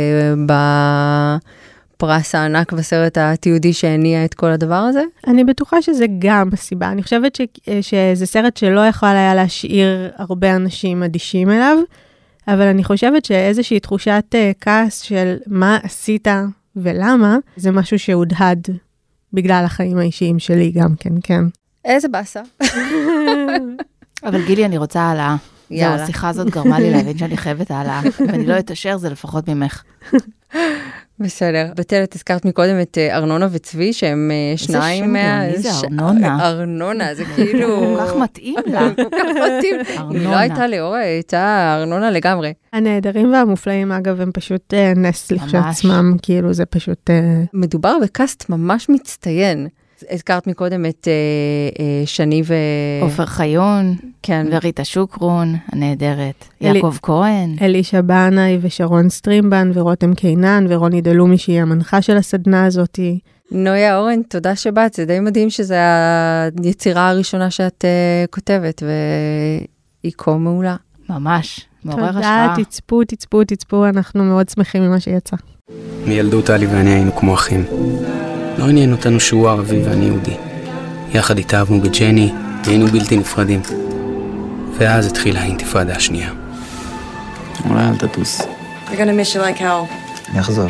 A: בפרס הענק בסרט התיעודי שהניע את כל הדבר הזה?
G: אני בטוחה שזה גם הסיבה. אני חושבת שזה סרט שלא יכול היה להשאיר הרבה אנשים אדישים אליו, אבל אני חושבת שאיזושהי תחושת כעס של מה עשית ולמה, זה משהו שהודהד בגלל החיים האישיים שלי גם כן, כן.
A: איזה באסה.
B: אבל גילי, אני רוצה העלאה. זהו, השיחה הזאת גרמה לי להבין שאני חייבת העלאה. אם אני לא אתאשר, זה לפחות ממך.
A: בסדר. בתלת, הזכרת מקודם את ארנונה וצבי, שהם שניים
B: מי זה ארנונה?
A: ארנונה, זה כאילו...
B: כל כך מתאים לה.
A: כל כך מתאים. היא לא הייתה לאורה, היא הייתה ארנונה לגמרי.
G: הנהדרים והמופלאים, אגב, הם פשוט נס לכשעצמם, כאילו זה פשוט...
A: מדובר בקאסט ממש מצטיין. הזכרת מקודם את שני
B: עופר חיון,
A: כן.
B: וריטה שוקרון, הנהדרת, יעקב כהן.
G: אלישע בנאי ושרון סטרימבן ורותם קינן ורוני דלומי שהיא המנחה של הסדנה הזאת.
A: נויה אורן, תודה שבאת, זה די מדהים שזו היצירה הראשונה שאת כותבת, והיא כה מעולה.
B: ממש, מעורר השראה.
G: תודה, תצפו, אנחנו מאוד שמחים ממה שיצא.
H: מילדות טלי ואני היינו כמו אחים. לא עניין אותנו שהוא ערבי ואני יהודי. יחד התאהבנו בג'ני, היינו בלתי נפרדים. ואז התחילה האינתיפאדה השנייה. אולי אל תטוס.
I: You're gonna miss you like hell.
H: אני אחזור.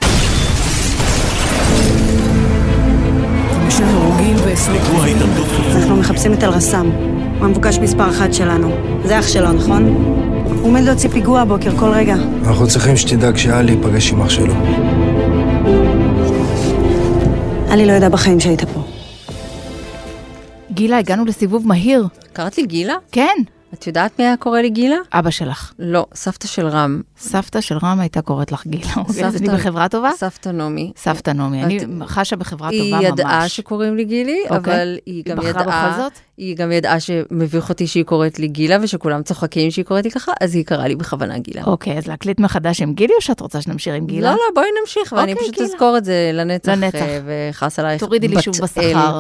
I: יש לנו הרוגים וסנקו ההתאבדות. אנחנו מחפשים את אל-רסם. הוא המבוקש מספר 1 שלנו. זה אח שלו, נכון? הוא עומד להוציא פיגוע הבוקר כל רגע.
J: אנחנו צריכים שתדאג שאלי ייפגש עם אח שלו.
I: אני לא יודע בחיים שהיית פה.
B: גילה, הגענו לסיבוב מהיר.
A: קראת לי גילה?
B: כן.
A: את יודעת מי היה קורא לי גילה?
B: אבא שלך.
A: לא, סבתא של רם.
B: סבתא של רם הייתה קוראת לך גילה. אז אני בחברה טובה?
A: סבתא נעמי.
B: סבתא נעמי. אני חשה בחברה טובה ממש.
A: היא ידעה שקוראים לי גילי, אבל היא גם
B: בחרה בכל זאת?
A: היא גם ידעה שמביך אותי שהיא קוראת לי גילה, ושכולם צוחקים שהיא קוראת לי ככה, אז היא קראה לי בכוונה גילה.
B: אוקיי, אז להקליט מחדש עם גילי, או שאת רוצה שנמשיך עם גילה?
A: לא, בואי נמשיך, ואני פשוט אזכור את זה לנצח, וחס עלייך בת אל.
B: תורידי לי שוב בשכר.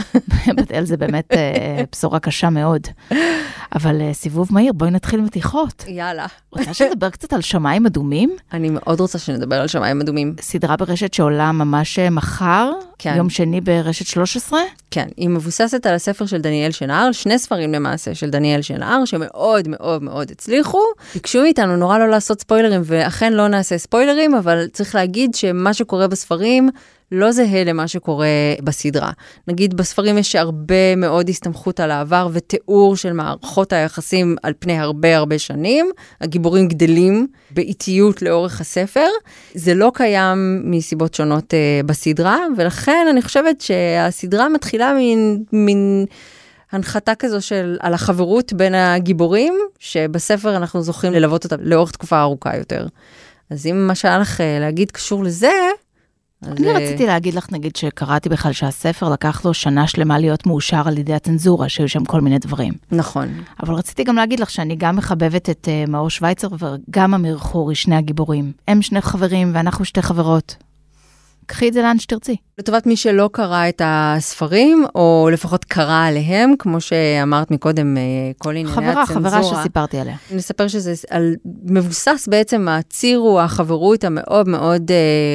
B: בת אל זה באמת בשורה קשה מאוד. אבל סיבוב מהיר, בואי נתחיל עם מתיחות.
A: יאללה.
B: רוצה שנדבר קצת על שמיים אדומים?
A: אני מאוד רוצה שנדבר על שמיים אדומים.
B: סדרה ברשת שעולה ממש מחר,
A: כן.
B: יום שני ברשת 13?
A: כן, היא מבוססת על הספר של דניאל שנהר, 2 ספרים למעשה של דניאל שנהר, שמאוד מאוד מאוד הצליחו. ביקשו מאיתנו נורא לא לעשות ספוילרים, ואכן לא נעשה ספוילרים, אבל צריך להגיד שמה שקורה בספרים לא זהה למה שקורה בסדרה. נגיד, בספרים יש הרבה מאוד הסתמכות על העבר ותיאור של מערכות היחסים על פני הרבה הרבה שנים. הגיבורים גדלים באיטיות לאורך הספר. זה לא קיים מסיבות שונות בסדרה, ולכן אני חושבת שהסדרה מתחילה מין הנחתה כזו על החברות בין הגיבורים, שבספר אנחנו זוכים ללוות אותה לאורך תקופה ארוכה יותר. אז אם מה שהיה לך להגיד קשור לזה,
B: אני רציתי להגיד לך, נגיד, שקראתי בכלל שהספר לקח לו שנה שלמה להיות מאושר על ידי הצנזורה, שהיו שם כל מיני דברים.
A: נכון.
B: אבל רציתי גם להגיד לך שאני גם מחבבת את מאור שוויצר וגם אמיר חורי, 2 הגיבורים. הם 2 חברים ואנחנו 2 חברות. קחי את זה לאן שתרצי.
A: לטובת מי שלא קרא את הספרים, או לפחות קרא עליהם, כמו שאמרת מקודם, כל ענייני הצנזורה.
B: חברה שסיפרתי עליה.
A: נספר שזה מבוסס בעצם, הציר הוא החברות המאוד מאוד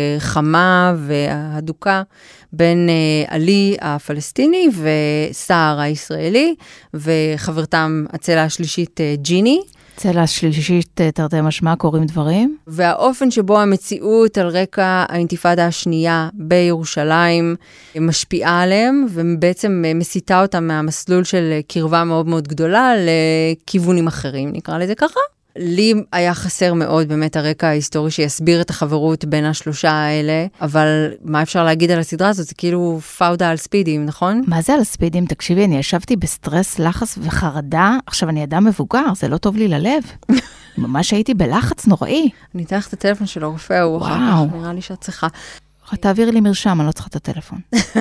A: חמה והדוקה, בין עלי הפלסטיני וסער הישראלי, וחברתם הצלע השלישית ג'יני.
B: צלע השלישית, תרתי משמע, קוראים דברים.
A: והאופן שבו המציאות על רקע האינתיפאדה השנייה בירושלים משפיעה עליהם, ובעצם מסיטה אותם מהמסלול של קרבה מאוד מאוד גדולה לכיוונים אחרים, נקרא לזה ככה. לי היה חסר מאוד באמת הרקע ההיסטורי שיסביר את החברות בין השלושה האלה, אבל מה אפשר להגיד על הסדרה הזאת? זה כאילו פאודה על ספידים, נכון?
B: מה זה על ספידים? תקשיבי, אני ישבתי בסטרס, לחץ וחרדה, עכשיו אני אדם מבוגר, זה לא טוב לי ללב. ממש הייתי בלחץ נוראי.
A: אני אתן לך את הטלפון של הרופא, הוא אחר כך, נראה לי שאת צריכה.
B: תעבירי לי מרשם, אני לא צריכה את הטלפון.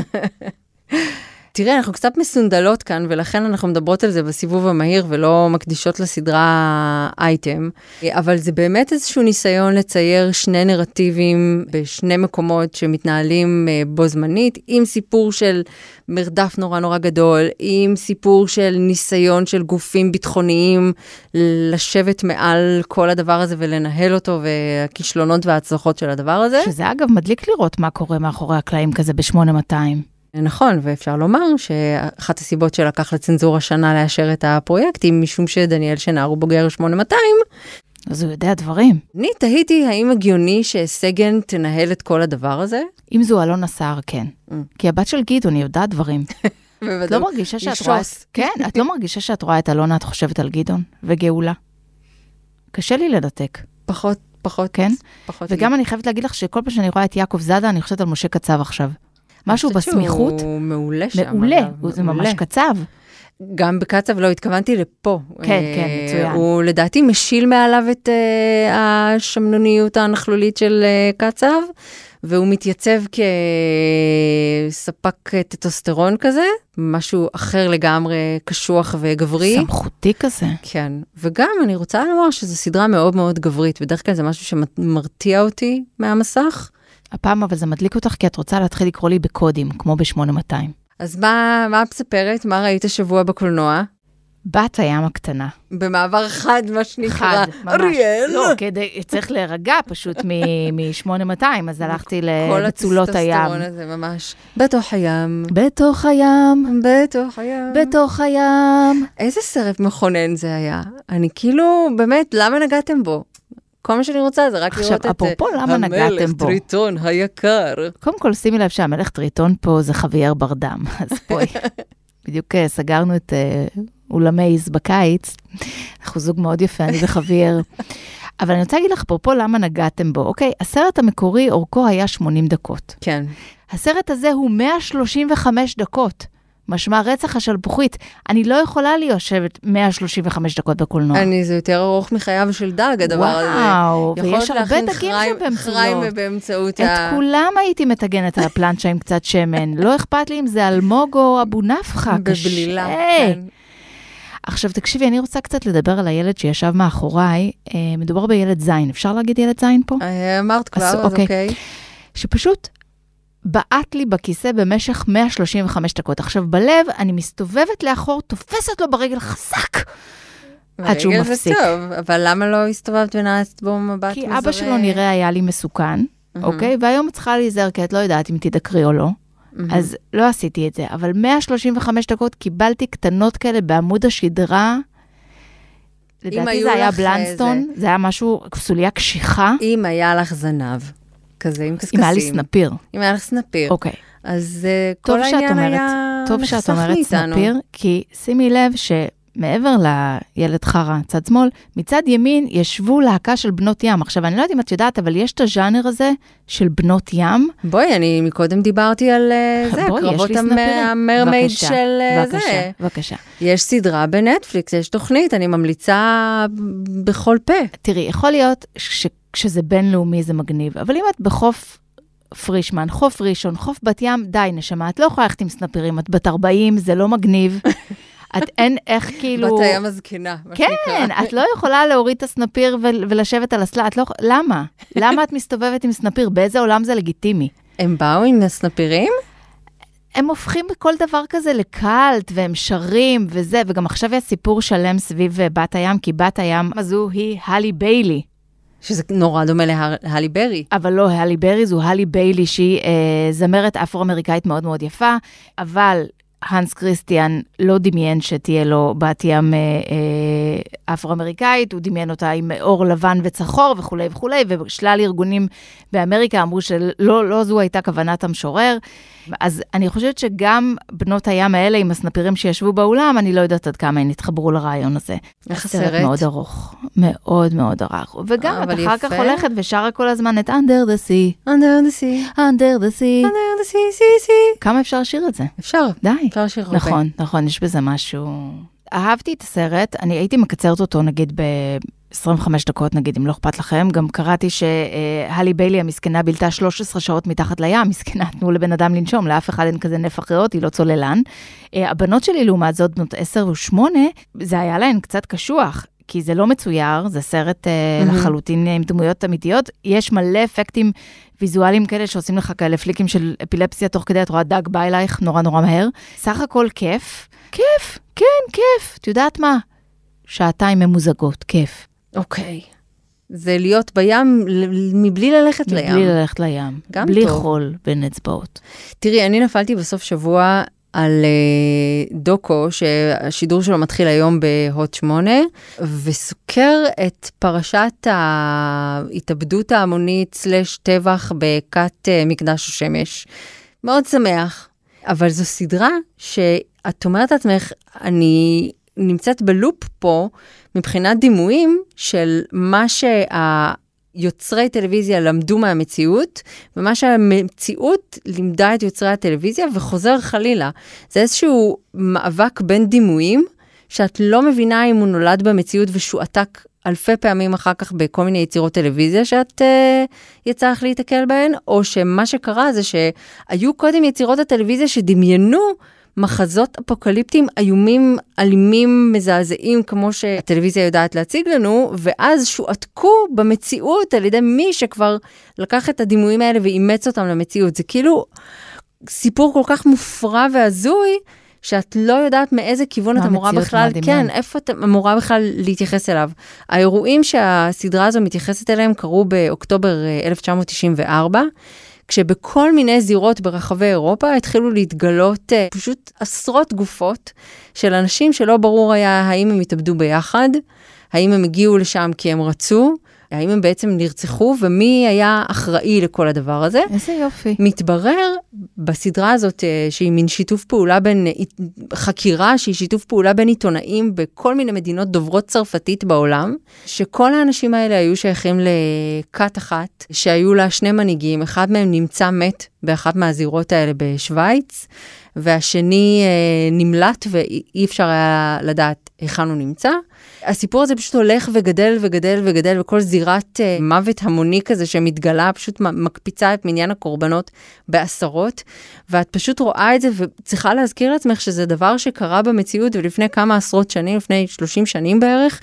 A: תראה, אנחנו קצת מסונדלות כאן, ולכן אנחנו מדברות על זה בסיבוב המהיר, ולא מקדישות לסדרה אייטם. אבל זה באמת איזשהו ניסיון לצייר 2 נרטיבים ב2 מקומות שמתנהלים בו זמנית, עם סיפור של מרדף נורא נורא גדול, עם סיפור של ניסיון של גופים ביטחוניים, לשבת מעל כל הדבר הזה ולנהל אותו, והכישלונות וההצלחות של הדבר הזה.
B: שזה אגב מדליק לראות מה קורה מאחורי הקלעים כזה ב8200.
A: נכון, ואפשר לומר שאחת הסיבות שלקח לצנזורה שנה לאשר את הפרויקט, היא משום שדניאל שנהר הוא בוגר 8200.
B: אז הוא יודע דברים.
A: אני תהיתי האם הגיוני שסגן תנהל את כל הדבר הזה?
B: אם זו אלונה סער, כן. כי הבת של גדעון, היא יודעת דברים. את לא מרגישה שאת רואה... כן, את לא מרגישה שאת רואה את אלונה, את חושבת על גדעון וגאולה. קשה לי לדתק.
A: פחות.
B: כן? וגם אני חייבת להגיד לך שכל פעם שאני רואה את יעקב זאדה, אני חושבת על משה קצב עכשיו. משהו בסמיכות.
A: הוא מעולה שם.
B: מעולה, זה ממש קצב.
A: גם בקצב לא, התכוונתי לפה.
B: כן, מצוין.
A: הוא לדעתי משיל מעליו את השמנוניות הנכלולית של קצב, והוא מתייצב כספק טטוסטרון כזה, משהו אחר לגמרי קשוח וגברי.
B: סמכותי כזה.
A: כן, וגם אני רוצה לומר שזו סדרה מאוד מאוד גברית, בדרך כלל זה משהו שמרתיע אותי מהמסך.
B: הפעם אבל זה מדליק אותך, כי את רוצה להתחיל לקרוא לי בקודים, כמו ב8200.
A: אז מה את מספרת? מה ראית השבוע בקולנוע?
B: בת הים הקטנה.
A: במעבר חד, מה שנקרא.
B: חד, ממש.
A: אריאל.
B: לא, צריך להירגע פשוט מ8200, אז הלכתי למצולות הים.
A: כל הטסטוסטרון הזה ממש. בתוך הים.
B: בתוך הים.
A: בתוך הים.
B: בתוך הים.
A: איזה סרט מכונן זה היה. אני כאילו, באמת, למה נגעתם בו? כל מה שאני רוצה זה רק לראות את
B: אפרופו, למה נגעתם
A: המלך
B: בו?
A: טריטון היקר.
B: קודם כל, שימי לב שהמלך טריטון פה זה חוויאר ברדם. אז בואי, בדיוק סגרנו את אולמי איז בקיץ. אנחנו זוג מאוד יפה, אני וחוויאר. אבל אני רוצה להגיד לך פה למה נגעתם בו. אוקיי, הסרט המקורי, אורכו היה 80 דקות.
A: כן.
B: הסרט הזה הוא 135 דקות. משמע רצח השלפוחית. אני לא יכולה לשבת 135 דקות בקולנוע.
A: זה יותר ארוך מחייו של דג, הדבר הזה.
B: וואו, ויש הרבה דגים
A: חיים ובאמצעות
B: את כולם הייתי מטגנת על הפלנצ'ה עם קצת שמן. לא אכפת לי אם זה אלמוג או אבו נפחה.
A: בבלילה, כן.
B: עכשיו תקשיבי, אני רוצה קצת לדבר על הילד שישב מאחוריי. מדובר בילד זין. אפשר להגיד ילד זין פה?
A: אמרת כבר, אז אוקיי.
B: שפשוט בעט לי בכיסא במשך 135 דקות. עכשיו, בלב, אני מסתובבת לאחור, תופסת לו ברגל חזק, עד שהוא מפסיק.
A: טוב, אבל למה לא הסתובבת ונעצת בו מבט מזרה?
B: כי אבא שלו נראה היה לי מסוכן, אוקיי? והיום צריכה להיזהר, כי את לא יודעת אם תדקרי או לא. אז לא עשיתי את זה. אבל 135 דקות קיבלתי קטנות כאלה בעמוד השדרה. לדעתי זה היה בלנסטון, זה היה משהו, סוליה קשיחה.
A: אם היה לך זנב. כזה עם קסקסים.
B: אם היה לי סנפיר.
A: אם היה לך סנפיר.
B: אוקיי.
A: אז כל העניין היה
B: טוב שאת אומרת סנפיר, כי שימי לב שמעבר לילד חרה, צד שמאל, מצד ימין ישבו להקה של בנות ים. עכשיו, אני לא יודעת אם את יודעת, אבל יש את הז'אנר הזה של בנות ים.
A: בואי, אני מקודם דיברתי על זה, קרבות המרמייד של זה.
B: בבקשה.
A: יש סדרה בנטפליקס, יש תוכנית, אני ממליצה בכל פה.
B: תראי, יכול להיות כשזה בינלאומי זה מגניב, אבל אם את בחוף פרישמן, חוף ראשון, חוף בת ים, די נשמה, את לא יכולה ללכת עם סנפירים, את בת 40, זה לא מגניב. את אין איך כאילו...
A: בת הים הזקנה.
B: כן, את לא יכולה להוריד את הסנפיר ולשבת על הסלה, את לא... למה? למה את מסתובבת עם סנפיר? באיזה עולם זה לגיטימי?
A: הם באו עם הסנפירים?
B: הם הופכים בכל דבר כזה לקלט, והם שרים וזה, וגם עכשיו יש סיפור שלם סביב בת הים, כי בת הים הזו היא הלי ביילי.
A: שזה נורא דומה להלי ברי.
B: אבל לא, הלי ברי זו הלי ביילי, שהיא זמרת אפרו-אמריקאית מאוד מאוד יפה, אבל הנס קריסטיאן לא דמיין שתהיה לו בת ים אפרו-אמריקאית, הוא דמיין אותה עם אור לבן וצחור וכו' וכו', ושלל ארגונים באמריקה אמרו שלא זו הייתה כוונת המשורר, אז אני חושבת שגם בנות הים האלה עם הסנפירים שישבו באולם, אני לא יודעת עד כמה הן התחברו לרעיון הזה.
A: איך הסרט?
B: מאוד ארוך, מאוד מאוד ארוך. וגם את אחר כך הולכת ושרה כל הזמן את Under the Sea.
A: Under the Sea.
B: Under the Sea.
A: Under the Sea, sea, sea.
B: כמה אפשר לשיר את זה?
A: אפשר.
B: די.
A: אפשר לשיר הרבה.
B: נכון, נכון, יש בזה משהו. אהבתי את הסרט, אני הייתי מקצרת אותו נגיד ב-25 דקות, נגיד, אם לא אכפת לכם. גם קראתי שהלי ביילי המסכנה בילתה 13 שעות מתחת לים, מסכנה, תנו לבן אדם לנשום, לאף אחד אין כזה נפח ריאות, היא לא צוללן. הבנות שלי, לעומת זאת, בנות 10 ו-8, זה היה להן קצת קשוח, כי זה לא מצויר, זה סרט לחלוטין עם דמויות אמיתיות, יש מלא אפקטים ויזואליים כאלה שעושים לך כאלה פליקים של אפילפסיה, תוך כדי את רואה דג בא אלייך נורא נורא מהר. סך הכל כיף, כיף, כן, כיף. את יודעת מה? שעתיים ממוזגות, כיף.
A: אוקיי. זה להיות בים מבלי ללכת לים.
B: מבלי ללכת לים.
A: גם
B: בלי
A: טוב.
B: חול בין אצבעות.
A: תראי, אני נפלתי בסוף שבוע על דוקו, שהשידור שלו מתחיל היום בהוט 8, וסוקר את פרשת ההתאבדות ההמונית סלש טבח בכת מקדש השמש. מאוד שמח. אבל זו סדרה שאת אומרת לעצמך, אני נמצאת בלופ פה, מבחינת דימויים של מה שהיוצרי טלוויזיה למדו מהמציאות, ומה שהמציאות לימדה את יוצרי הטלוויזיה, וחוזר חלילה. זה איזשהו מאבק בין דימויים, שאת לא מבינה אם הוא נולד במציאות ושועתק אלפי פעמים אחר כך בכל מיני יצירות טלוויזיה שאת יצא לך להתקל בהן, או שמה שקרה זה שהיו קודם יצירות הטלוויזיה שדמיינו מחזות אפוקליפטיים איומים, אלימים, מזעזעים, כמו שהטלוויזיה יודעת להציג לנו, ואז שועתקו במציאות על ידי מי שכבר לקח את הדימויים האלה ואימץ אותם למציאות. זה כאילו סיפור כל כך מופרע והזוי, שאת לא יודעת מאיזה כיוון את אמורה בכלל, כן, איפה את אמורה בכלל להתייחס אליו. האירועים שהסדרה הזו מתייחסת אליהם קרו באוקטובר 1994, כשבכל מיני זירות ברחבי אירופה התחילו להתגלות פשוט עשרות גופות של אנשים שלא ברור היה האם הם התאבדו ביחד, האם הם הגיעו לשם כי הם רצו, האם הם בעצם נרצחו, ומי היה אחראי לכל הדבר הזה.
B: איזה יופי.
A: מתברר בסדרה הזאת, שהיא מין שיתוף פעולה בין, חקירה שהיא שיתוף פעולה בין עיתונאים, בכל מיני מדינות דוברות צרפתית בעולם, שכל האנשים האלה היו שייכים לכת אחת, שהיו לה שני מנהיגים, אחד מהם נמצא מת באחת מהזירות האלה בשוויץ, והשני נמלט ואי אפשר היה לדעת היכן הוא נמצא. הסיפור הזה פשוט הולך וגדל וגדל וגדל, וכל זירת מוות המוני כזה שמתגלה, פשוט מקפיצה את מניין הקורבנות בעשרות, ואת פשוט רואה את זה וצריכה להזכיר לעצמך שזה דבר שקרה במציאות, ולפני כמה עשרות שנים, לפני 30 שנים בערך,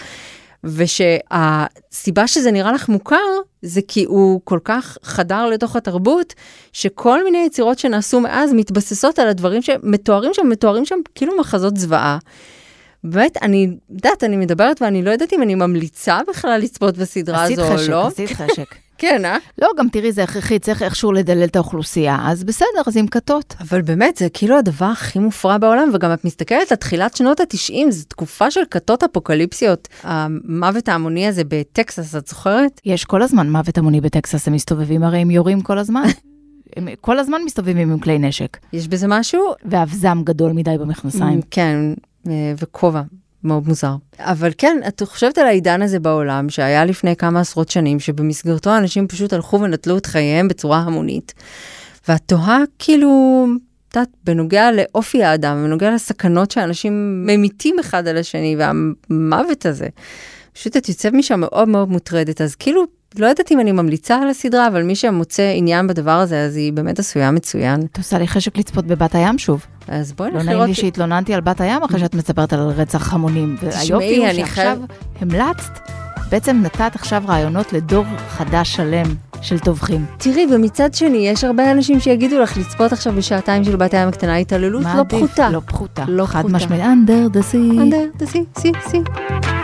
A: ושהסיבה שזה נראה לך מוכר, זה כי הוא כל כך חדר לתוך התרבות, שכל מיני יצירות שנעשו מאז מתבססות על הדברים שמתוארים שם כאילו מחזות זוועה. באמת, אני יודעת, אני מדברת ואני לא יודעת אם אני ממליצה בכלל לצפות בסדרה הזו או לא.
B: עשית חשק.
A: כן, אה?
B: לא, גם תראי, זה הכרחי, צריך איכשהו לדלל את האוכלוסייה, אז בסדר, אז עם כתות.
A: אבל באמת, זה כאילו הדבר הכי מופרע בעולם, וגם את מסתכלת לתחילת שנות ה-90, זו תקופה של כתות אפוקליפסיות. המוות ההמוני הזה בטקסס, את זוכרת?
B: יש כל הזמן מוות המוני בטקסס, הם מסתובבים, הרי הם יורים כל הזמן. הם כל הזמן מסתובבים עם כלי נשק.
A: יש בזה משהו?
B: ואבזם גדול מדי במכנסיים.
A: כן, וכובע. מאוד מוזר. אבל כן, את חושבת על העידן הזה בעולם, שהיה לפני כמה עשרות שנים, שבמסגרתו אנשים פשוט הלכו ונטלו את חייהם בצורה המונית. ואת תוהה כאילו, בנוגע לאופי האדם, בנוגע לסכנות שאנשים ממיתים אחד על השני, והמוות הזה. פשוט את יוצאת משם מאוד מאוד מוטרדת, אז כאילו, לא יודעת אם אני ממליצה על הסדרה, אבל מי שמוצא עניין בדבר הזה, אז היא באמת עשויה מצוין.
B: את עושה לי חשק לצפות בבת הים שוב.
A: אז בואי
B: לא נעים לי שהתלוננתי על בת הים, אחרי שאת מספרת על רצח המונים. והיופי הוא שעכשיו המלצת, בעצם נתת עכשיו רעיונות לדור חדש שלם של טובחים.
A: תראי, ומצד שני, יש הרבה אנשים שיגידו לך לצפות עכשיו בשעתיים של בת הים הקטנה, התעללות לא פחותה.
B: לא פחותה.
A: לא
B: חד משמעית, under the sea.
A: under the sea, sea.